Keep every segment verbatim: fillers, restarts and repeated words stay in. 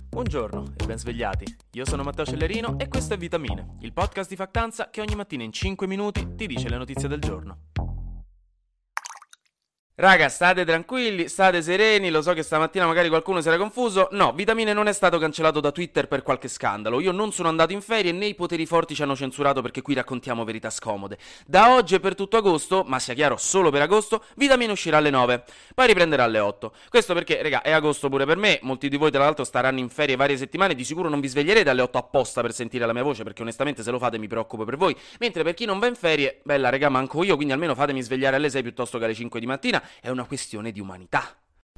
Buongiorno e ben svegliati, io sono Matteo Cellerino e questo è Vitamine, il podcast di Factanza che ogni mattina in cinque minuti ti dice le notizie del giorno. Raga, state tranquilli, state sereni, lo so che stamattina magari qualcuno si era confuso. No, Vitamine non è stato cancellato da Twitter per qualche scandalo. Io non sono andato in ferie né i poteri forti ci hanno censurato perché qui raccontiamo verità scomode. Da oggi e per tutto agosto, ma sia chiaro solo per agosto, Vitamine uscirà alle nove, poi riprenderà alle otto. Questo perché, raga, è agosto pure per me, molti di voi tra l'altro staranno in ferie varie settimane, di sicuro non vi sveglierete alle otto apposta per sentire la mia voce, perché onestamente se lo fate mi preoccupo per voi. Mentre per chi non va in ferie, bella raga, manco io, quindi almeno fatemi svegliare alle sei piuttosto che alle cinque di mattina. È una questione di umanità.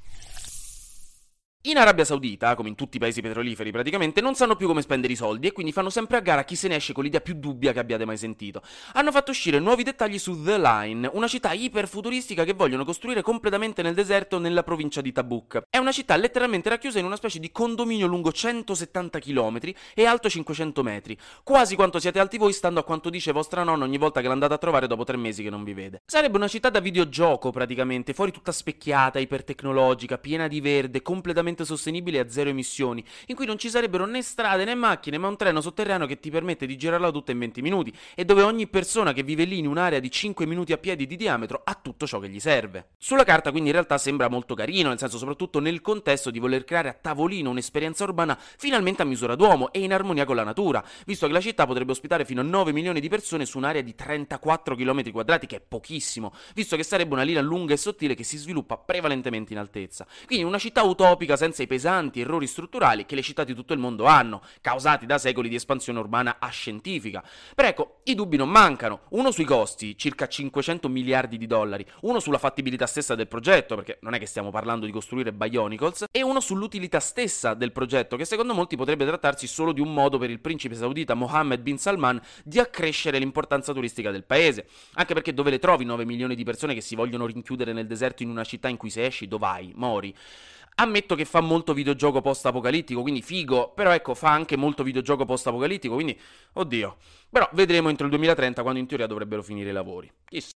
In Arabia Saudita, come in tutti i paesi petroliferi praticamente, non sanno più come spendere i soldi e quindi fanno sempre a gara chi se ne esce con l'idea più dubbia che abbiate mai sentito. Hanno fatto uscire nuovi dettagli su The Line, una città iperfuturistica che vogliono costruire completamente nel deserto nella provincia di Tabuk. È una città letteralmente racchiusa in una specie di condominio lungo centosettanta chilometri e alto cinquecento metri, quasi quanto siete alti voi stando a quanto dice vostra nonna ogni volta che l'andate a trovare dopo tre mesi che non vi vede. Sarebbe una città da videogioco praticamente, fuori tutta specchiata, ipertecnologica, piena di verde, completamente sostenibile e a zero emissioni, in cui non ci sarebbero né strade né macchine, ma un treno sotterraneo che ti permette di girarla tutta in venti minuti e dove ogni persona che vive lì in un'area di cinque minuti a piedi di diametro ha tutto ciò che gli serve. Sulla carta quindi in realtà sembra molto carino, nel senso soprattutto nel contesto di voler creare a tavolino un'esperienza urbana finalmente a misura d'uomo e in armonia con la natura, visto che la città potrebbe ospitare fino a nove milioni di persone su un'area di trentaquattro chilometri quadrati, che è pochissimo, visto che sarebbe una linea lunga e sottile che si sviluppa prevalentemente in altezza. Quindi una città utopica senza i pesanti errori strutturali che le città di tutto il mondo hanno, causati da secoli di espansione urbana ascientifica. Però ecco, i dubbi non mancano. Uno sui costi, circa cinquecento miliardi di dollari, uno sulla fattibilità stessa del progetto, perché non è che stiamo parlando di costruire Bionicles, e uno sull'utilità stessa del progetto, che secondo molti potrebbe trattarsi solo di un modo per il principe saudita Mohammed bin Salman di accrescere l'importanza turistica del paese. Anche perché dove le trovi nove milioni di persone che si vogliono rinchiudere nel deserto in una città in cui se esci dov'hai? Mori. Ammetto che fa molto videogioco post-apocalittico, quindi figo, però ecco, fa anche molto videogioco post-apocalittico, quindi, oddio. Però vedremo entro il duemilatrenta, quando in teoria dovrebbero finire i lavori. Chissà.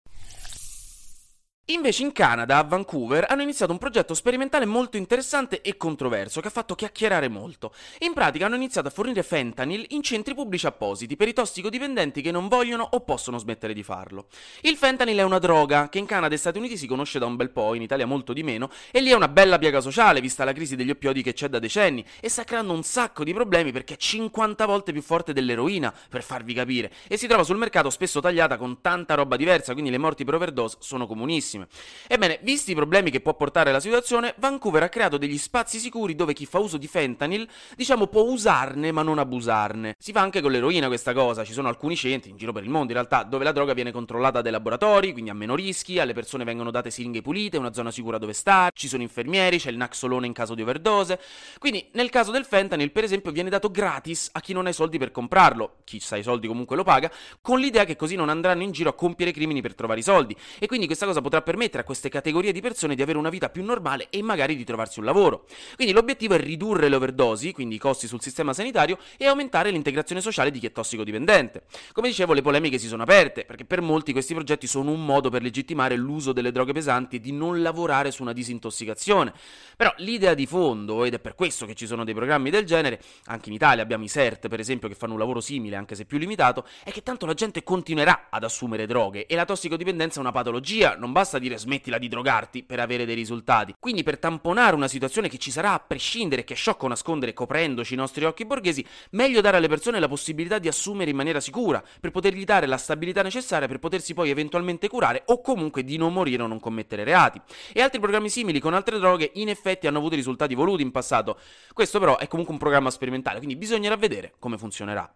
Invece in Canada, a Vancouver, hanno iniziato un progetto sperimentale molto interessante e controverso che ha fatto chiacchierare molto. In pratica hanno iniziato a fornire fentanyl in centri pubblici appositi per i tossicodipendenti che non vogliono o possono smettere di farlo. Il fentanyl è una droga che in Canada e Stati Uniti si conosce da un bel po', in Italia molto di meno, e lì è una bella piaga sociale vista la crisi degli oppioidi che c'è da decenni e sta creando un sacco di problemi perché è cinquanta volte più forte dell'eroina, per farvi capire, e si trova sul mercato spesso tagliata con tanta roba diversa, quindi le morti per overdose sono comunissime. Ebbene, visti i problemi che può portare la situazione, Vancouver ha creato degli spazi sicuri dove chi fa uso di fentanyl, diciamo, può usarne ma non abusarne. Si fa anche con l'eroina questa cosa, ci sono alcuni centri in giro per il mondo in realtà dove la droga viene controllata dai laboratori, quindi a meno rischi, alle persone vengono date siringhe pulite, una zona sicura dove stare, ci sono infermieri, c'è il naxolone in caso di overdose. Quindi nel caso del fentanyl per esempio viene dato gratis a chi non ha i soldi per comprarlo, chi sa i soldi comunque lo paga, con l'idea che così non andranno in giro a compiere crimini per trovare i soldi, e quindi questa cosa potrà permettere a queste categorie di persone di avere una vita più normale e magari di trovarsi un lavoro. Quindi l'obiettivo è ridurre le overdosi, quindi i costi sul sistema sanitario, e aumentare l'integrazione sociale di chi è tossicodipendente. Come dicevo, le polemiche si sono aperte, perché per molti questi progetti sono un modo per legittimare l'uso delle droghe pesanti e di non lavorare su una disintossicazione. Però l'idea di fondo, ed è per questo che ci sono dei programmi del genere, anche in Italia abbiamo i S E R T per esempio che fanno un lavoro simile anche se più limitato, è che tanto la gente continuerà ad assumere droghe e la tossicodipendenza è una patologia, non basta dire smettila di drogarti per avere dei risultati. Quindi per tamponare una situazione che ci sarà a prescindere, che è sciocco nascondere coprendoci i nostri occhi borghesi, meglio dare alle persone la possibilità di assumere in maniera sicura, per potergli dare la stabilità necessaria per potersi poi eventualmente curare o comunque di non morire o non commettere reati. E altri programmi simili con altre droghe in effetti hanno avuto risultati voluti in passato. Questo però è comunque un programma sperimentale, quindi bisognerà vedere come funzionerà.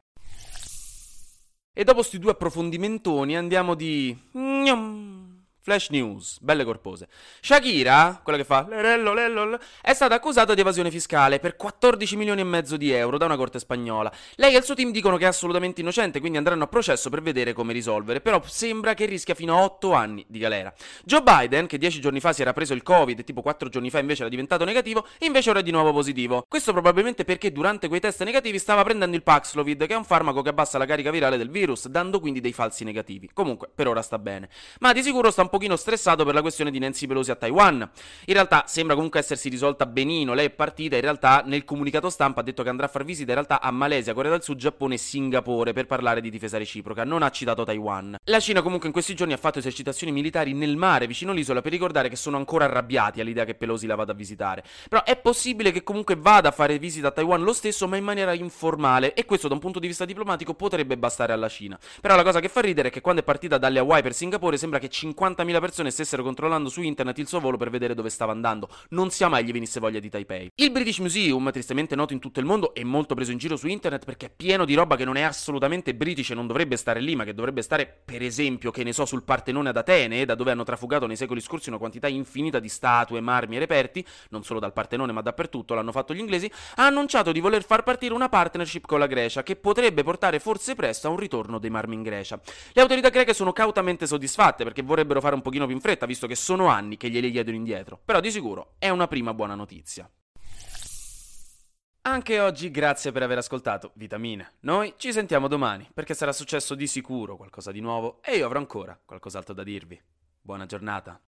E dopo sti due approfondimentoni andiamo di... Flash news, belle corpose. Shakira, quella che fa lerello, lello, è stata accusata di evasione fiscale per quattordici milioni e mezzo di euro da una corte spagnola. Lei e il suo team dicono che è assolutamente innocente, quindi andranno a processo per vedere come risolvere, però sembra che rischia fino a otto anni di galera. Joe Biden, che dieci giorni fa si era preso il Covid e tipo quattro giorni fa invece era diventato negativo, invece ora è di nuovo positivo. Questo probabilmente perché durante quei test negativi stava prendendo il Paxlovid, che è un farmaco che abbassa la carica virale del virus, dando quindi dei falsi negativi. Comunque, per ora sta bene. Ma di sicuro sta un po' pochino stressato per la questione di Nancy Pelosi a Taiwan. In realtà sembra comunque essersi risolta benino, lei è partita, in realtà nel comunicato stampa ha detto che andrà a far visita in realtà a Malesia, Corea del Sud, Giappone e Singapore per parlare di difesa reciproca, non ha citato Taiwan. La Cina comunque in questi giorni ha fatto esercitazioni militari nel mare vicino all'isola per ricordare che sono ancora arrabbiati all'idea che Pelosi la vada a visitare. Però è possibile che comunque vada a fare visita a Taiwan lo stesso, ma in maniera informale, e questo da un punto di vista diplomatico potrebbe bastare alla Cina. Però la cosa che fa ridere è che quando è partita dalle Hawaii per Singapore sembra che cinquantamila persone stessero controllando su internet il suo volo per vedere dove stava andando. Non sia mai gli venisse voglia di Taipei. Il British Museum, tristemente noto in tutto il mondo e molto preso in giro su internet perché è pieno di roba che non è assolutamente british e non dovrebbe stare lì, ma che dovrebbe stare, per esempio, che ne so, sul Partenone ad Atene, da dove hanno trafugato nei secoli scorsi una quantità infinita di statue, marmi e reperti, non solo dal Partenone ma dappertutto, l'hanno fatto gli inglesi, ha annunciato di voler far partire una partnership con la Grecia che potrebbe portare forse presto a un ritorno dei marmi in Grecia. Le autorità greche sono cautamente soddisfatte perché vorrebbero fare un pochino più in fretta, visto che sono anni che glieli chiedono indietro, però di sicuro è una prima buona notizia. Anche oggi grazie per aver ascoltato Vitamina. Noi ci sentiamo domani, perché sarà successo di sicuro qualcosa di nuovo e io avrò ancora qualcos'altro da dirvi. Buona giornata.